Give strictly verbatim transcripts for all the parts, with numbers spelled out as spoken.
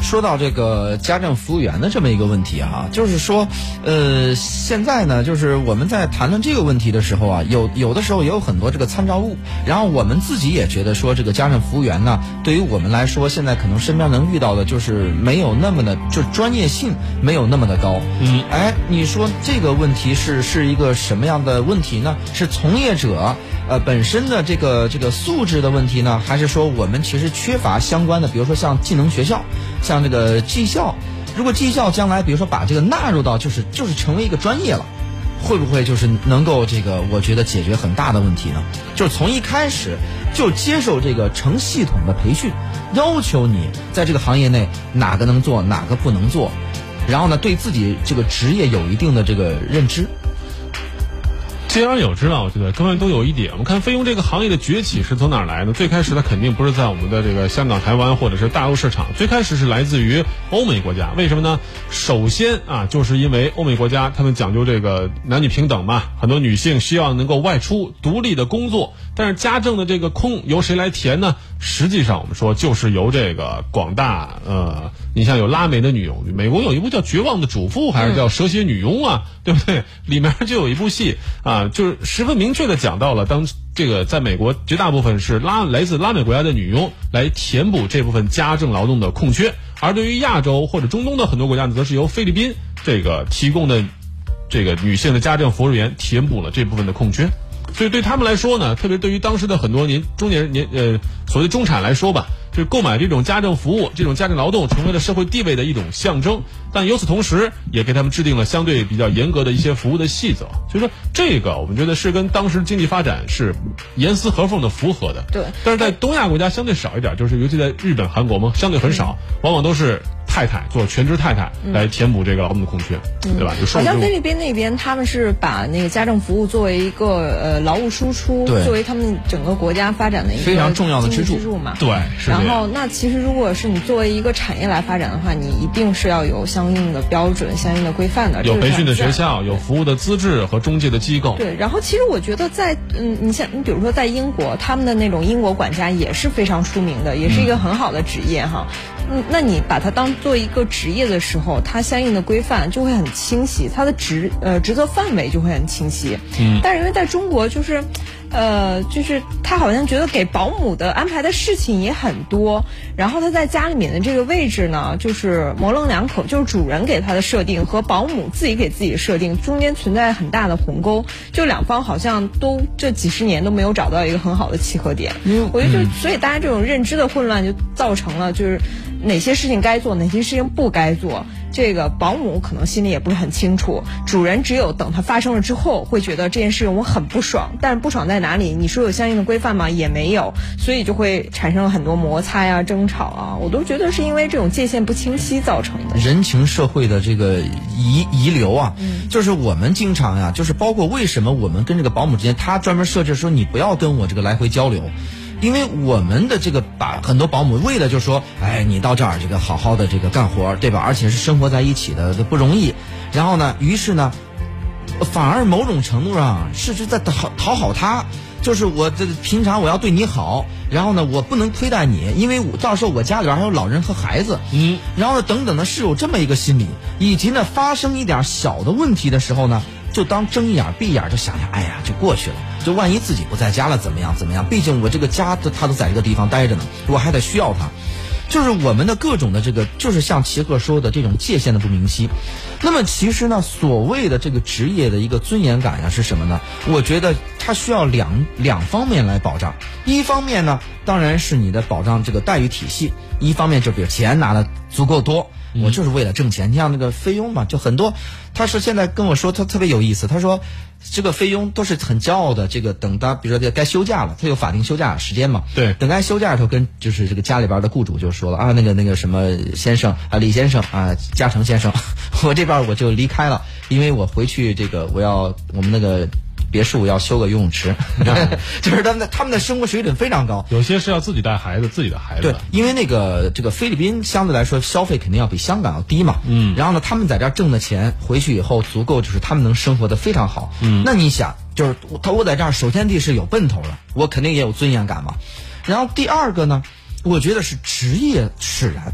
说到这个家政服务员的这么一个问题啊，就是说，呃，现在呢，就是我们在谈论这个问题的时候啊，有有的时候也有很多这个参照物，然后我们自己也觉得说，这个家政服务员呢，对于我们来说，现在可能身边能遇到的就是没有那么的，就是专业性没有那么的高。 嗯， 哎，你说这个问题是是一个什么样的问题呢？是从业者呃本身的这个这个素质的问题呢，还是说我们其实缺乏相关的，比如说像技能学校，像这个技校，如果技校将来比如说把这个纳入到就是就是成为一个专业了，会不会就是能够这个我觉得解决很大的问题呢？就是从一开始就接受这个成系统的培训，要求你在这个行业内哪个能做哪个不能做，然后呢对自己这个职业有一定的这个认知。 兼而有之呢，我觉得各位都有一点。我们看菲佣这个行业的崛起是从哪儿来呢？最开始它肯定不是在我们的这个香港、台湾或者是大陆市场，最开始是来自于欧美国家。为什么呢？首先啊，就是因为欧美国家他们讲究这个男女平等嘛，很多女性希望能够外出独立的工作，但是家政的这个空由谁来填呢？实际上我们说就是由这个广大呃，你像有拉美的女佣，美国有一部叫《绝望的主妇》还是叫《蛇蝎女佣》啊，对不对？里面就有一部戏啊，就是十分明确的讲到了，当这个在美国绝大部分是拉来自拉美国家的女佣来填补这部分家政劳动的空缺，而对于亚洲或者中东的很多国家呢，则是由菲律宾这个提供的这个女性的家政服务员填补了这部分的空缺。所以对他们来说呢，特别对于当时的很多年中年年呃所谓中产来说吧，就是购买这种家政服务、这种家政劳动成为了社会地位的一种象征，但由此同时也给他们制定了相对比较严格的一些服务的细则。所以说这个我们觉得是跟当时经济发展是严丝合缝的符合的。 对， 但是在东亚国家相对少一点，就是尤其在日本、韩国嘛，相对很少，往往都是太太做全职太太来填补这个劳动的空缺， 嗯、 对吧？就好像菲律宾那边他们是把那个家政服务作为一个呃劳务输出，作为他们整个国家发展的一个非常重要的支柱支柱嘛。 对，是这样。 然后那其实如果是你作为一个产业来发展的话，你一定是要有相应的标准、相应的规范的， 有培训的学校，有服务的资质和中介的机构。 对，然后其实我觉得在嗯，你像你比如说在英国，他们的那种英国管家也是非常出名的，也是一个很好的职业哈。嗯，那你把它当做一个职业的时候，它相应的规范就会很清晰，它的职呃职责范围就会很清晰。 嗯， 但是因为在中国就是。呃，就是他好像觉得给保姆的安排的事情也很多，然后他在家里面的这个位置呢，就是模棱两可，就是主人给他的设定和保姆自己给自己的设定中间存在很大的鸿沟，就两方好像都这几十年都没有找到一个很好的契合点。嗯，我觉得就所以大家这种认知的混乱就造成了就是哪些事情该做，哪些事情不该做。这个保姆可能心里也不是很清楚，主人只有等它发生了之后会觉得这件事情我很不爽，但是不爽在哪里？你说有相应的规范吗？也没有，所以就会产生了很多摩擦呀、争吵啊。我都觉得是因为这种界限不清晰造成的。 人情社会的这个遗遗留啊，嗯，就是我们经常呀，就是包括为什么我们跟这个保姆之间，他专门设置说你不要跟我这个来回交流。因为我们的这个把很多保姆为了就说，哎，你到这儿这个好好的这个干活，对吧？而且是生活在一起的，不容易。然后呢，于是呢，反而某种程度上是是在讨讨好他，就是我这平常我要对你好，然后呢，我不能亏待你，因为我到时候我家里边还有老人和孩子， 嗯， 然后呢，等等的是有这么一个心理，以及呢，发生一点小的问题的时候呢，就当睁一眼闭一眼，就想想，哎呀，就过去了。就万一自己不在家了怎么样怎么样？毕竟我这个家他都在这个地方待着呢，我还得需要他。就是我们的各种的这个，就是像齐鹤说的这种界限的不明晰。那么其实呢，所谓的这个职业的一个尊严感呀是什么呢？我觉得它需要两两方面来保障。一方面呢，当然是你的保障这个待遇体系；一方面就比如钱拿的足够多。我就是为了挣钱。你像那个菲佣嘛，就很多，他是现在跟我说，他特别有意思。他说，这个菲佣都是很骄傲的。这个等他，比如说该休假了，他有法定休假时间嘛。 对。 等该休假的时候，跟就是这个家里边的雇主就说了啊，那个那个什么先生啊，李先生啊，嘉诚先生，我这边我就离开了，因为我回去这个我要我们那个。别墅要修个游泳池，就是他们的他们的生活水准非常高。 有些是要自己带孩子，自己的孩子。 对，因为那个这个菲律宾相对来说消费肯定要比香港要低嘛。 嗯。 然后呢，他们在这儿挣的钱回去以后足够，就是他们能生活的非常好。 嗯。 那你想，就是他我在这儿首先地是有奔头的，我肯定也有尊严感嘛。然后第二个呢，我觉得是职业使然。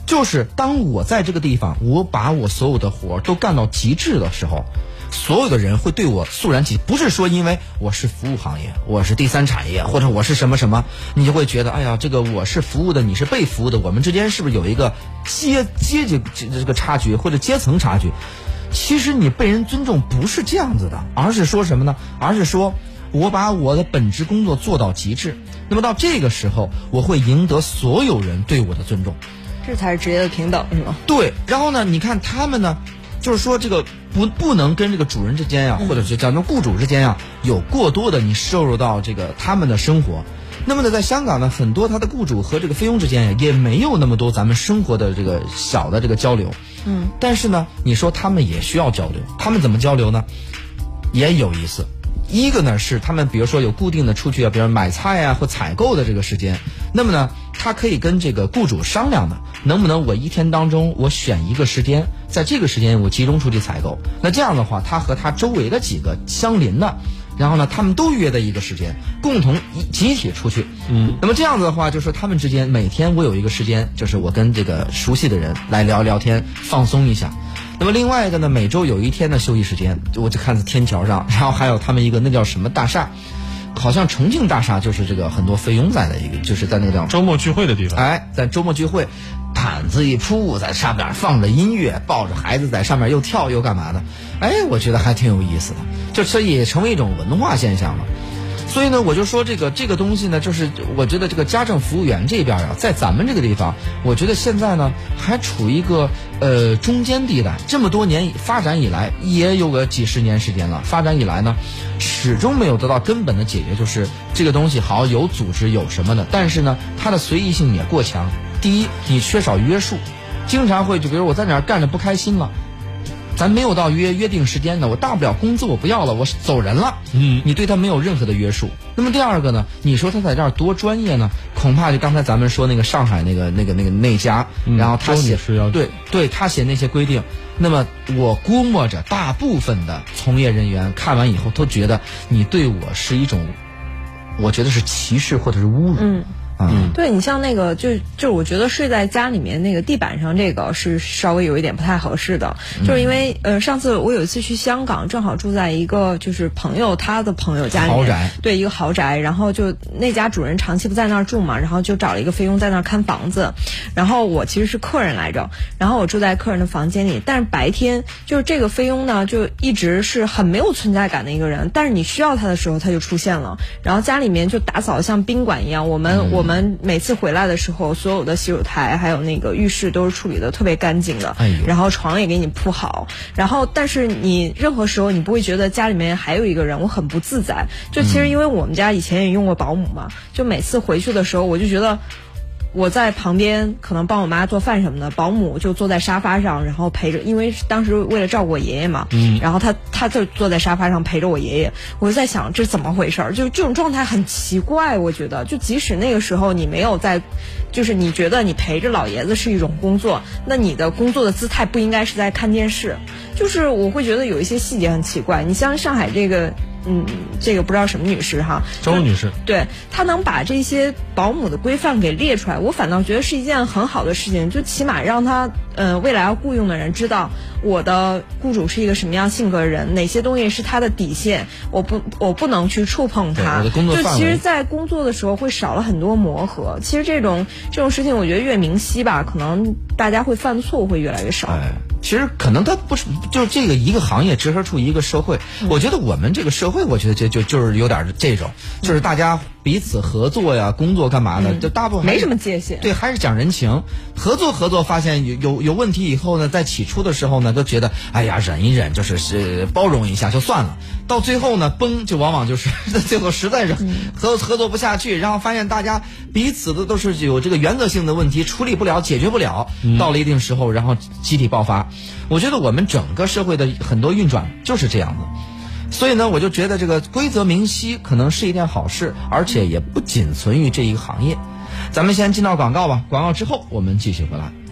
就是当我在这个地方，我把我所有的活都干到极致的时候，所有的人会对我肃然起，不是说因为我是服务行业，我是第三产业，或者我是什么什么，你就会觉得，哎呀，这个我是服务的，你是被服务的，我们之间是不是有一个阶阶级这个差距或者阶层差距？其实你被人尊重不是这样子的，而是说什么呢？而是说我把我的本职工作做到极致，那么到这个时候，我会赢得所有人对我的尊重。 这才是职业的平等，是吗？ 对，然后呢，你看他们呢，就是说这个不不能跟这个主人之间呀、啊，或者是叫做雇主之间呀、啊，有过多的你摄入到这个他们的生活。那么呢，在香港呢，很多他的雇主和这个菲佣之间呀，也没有那么多咱们生活的这个小的这个交流。 嗯， 但是呢，你说他们也需要交流，他们怎么交流呢？也有意思。一个呢是他们比如说有固定的出去啊，比如买菜啊或采购的这个时间，那么呢他可以跟这个雇主商量的，能不能我一天当中我选一个时间，在这个时间我集中出去采购。那这样的话，他和他周围的几个相邻的，然后呢他们都约在一个时间，共同一集体出去。 嗯， 那么这样子的话，就是他们之间每天我有一个时间，就是我跟这个熟悉的人来聊聊天，放松一下。那么另外一个呢，每周有一天的休息时间，我就看在天桥上，然后还有他们一个那叫什么大厦，好像重庆大厦，就是这个很多菲佣在的一个，就是在那个地方周末聚会的地方。 哎，在周末聚会，毯子一铺，在上面放着音乐，抱着孩子在上面又跳又干嘛的，哎，我觉得还挺有意思的，就这也成为一种文化现象了。所以呢，我就说这个这个东西呢，就是我觉得这个家政服务员这边啊，在咱们这个地方，我觉得现在呢还处于一个呃中间地带。这么多年发展以来，也有个几十年时间了，发展以来呢，始终没有得到根本的解决，就是这个东西好有组织有什么的，但是呢，它的随意性也过强。第一，你缺少约束，经常会就比如我在哪儿干着不开心了。咱没有到约约定时间呢，我大不了工资我不要了，我走人了。 嗯， 你对他没有任何的约束。那么第二个呢，你说他在这儿多专业呢？恐怕就刚才咱们说那个上海那个那个那个那家， 嗯、 然后他写对对，他写那些规定。那么我估摸着大部分的从业人员看完以后都觉得你对我是一种，我觉得是歧视或者是侮辱。 嗯。 嗯， 对，你像那个就就我觉得睡在家里面那个地板上，这个是稍微有一点不太合适的，嗯、就是因为呃上次我有一次去香港，正好住在一个就是朋友他的朋友家里面， 豪宅， 对，一个豪宅，然后就那家主人长期不在那儿住嘛，然后就找了一个菲佣在那儿看房子，然后我其实是客人来着，然后我住在客人的房间里，但是白天就是这个菲佣呢就一直是很没有存在感的一个人，但是你需要他的时候他就出现了，然后家里面就打扫像宾馆一样，我们、嗯、我。我们每次回来的时候，所有的洗手台还有那个浴室都是处理的特别干净的， 哎、 然后床也给你铺好，然后但是你任何时候你不会觉得家里面还有一个人，我很不自在。就其实因为我们家以前也用过保姆嘛，就每次回去的时候，我就觉得。我在旁边可能帮我妈做饭什么的，保姆就坐在沙发上，然后陪着，因为当时为了照顾我爷爷嘛，嗯，然后他他就坐在沙发上陪着我爷爷，我就在想这怎么回事儿？就这种状态很奇怪，我觉得，就即使那个时候你没有在，就是你觉得你陪着老爷子是一种工作，那你的工作的姿态不应该是在看电视，就是我会觉得有一些细节很奇怪。你像上海这个。嗯，这个不知道什么女士哈， 周女士， 对，她能把这些保姆的规范给列出来，我反倒觉得是一件很好的事情，就起码让她呃未来要雇佣的人知道我的雇主是一个什么样性格的人，哪些东西是他的底线，我不我不能去触碰他。 就其实，在工作的时候会少了很多磨合。其实这种这种事情，我觉得越明晰吧，可能大家会犯的错误会越来越少。 哎其实可能它不是，就是这个一个行业折射出一个社会。嗯、我觉得我们这个社会，我觉得就就就是有点这种，嗯、就是大家彼此合作呀，工作干嘛的，嗯、就大部分没什么界限。 对，还是讲人情，合作合作，发现有有有问题以后呢，在起初的时候呢，都觉得哎呀忍一忍，就是是包容一下就算了。到最后呢，崩就往往就是最后实在是合合作不下去，然后发现大家彼此的都是有这个原则性的问题处理不了，解决不了，嗯、到了一定时候，然后集体爆发。我觉得我们整个社会的很多运转就是这样的，所以呢，我就觉得这个规则明晰可能是一件好事，而且也不仅存于这一个行业。咱们先进到广告吧，广告之后我们继续回来。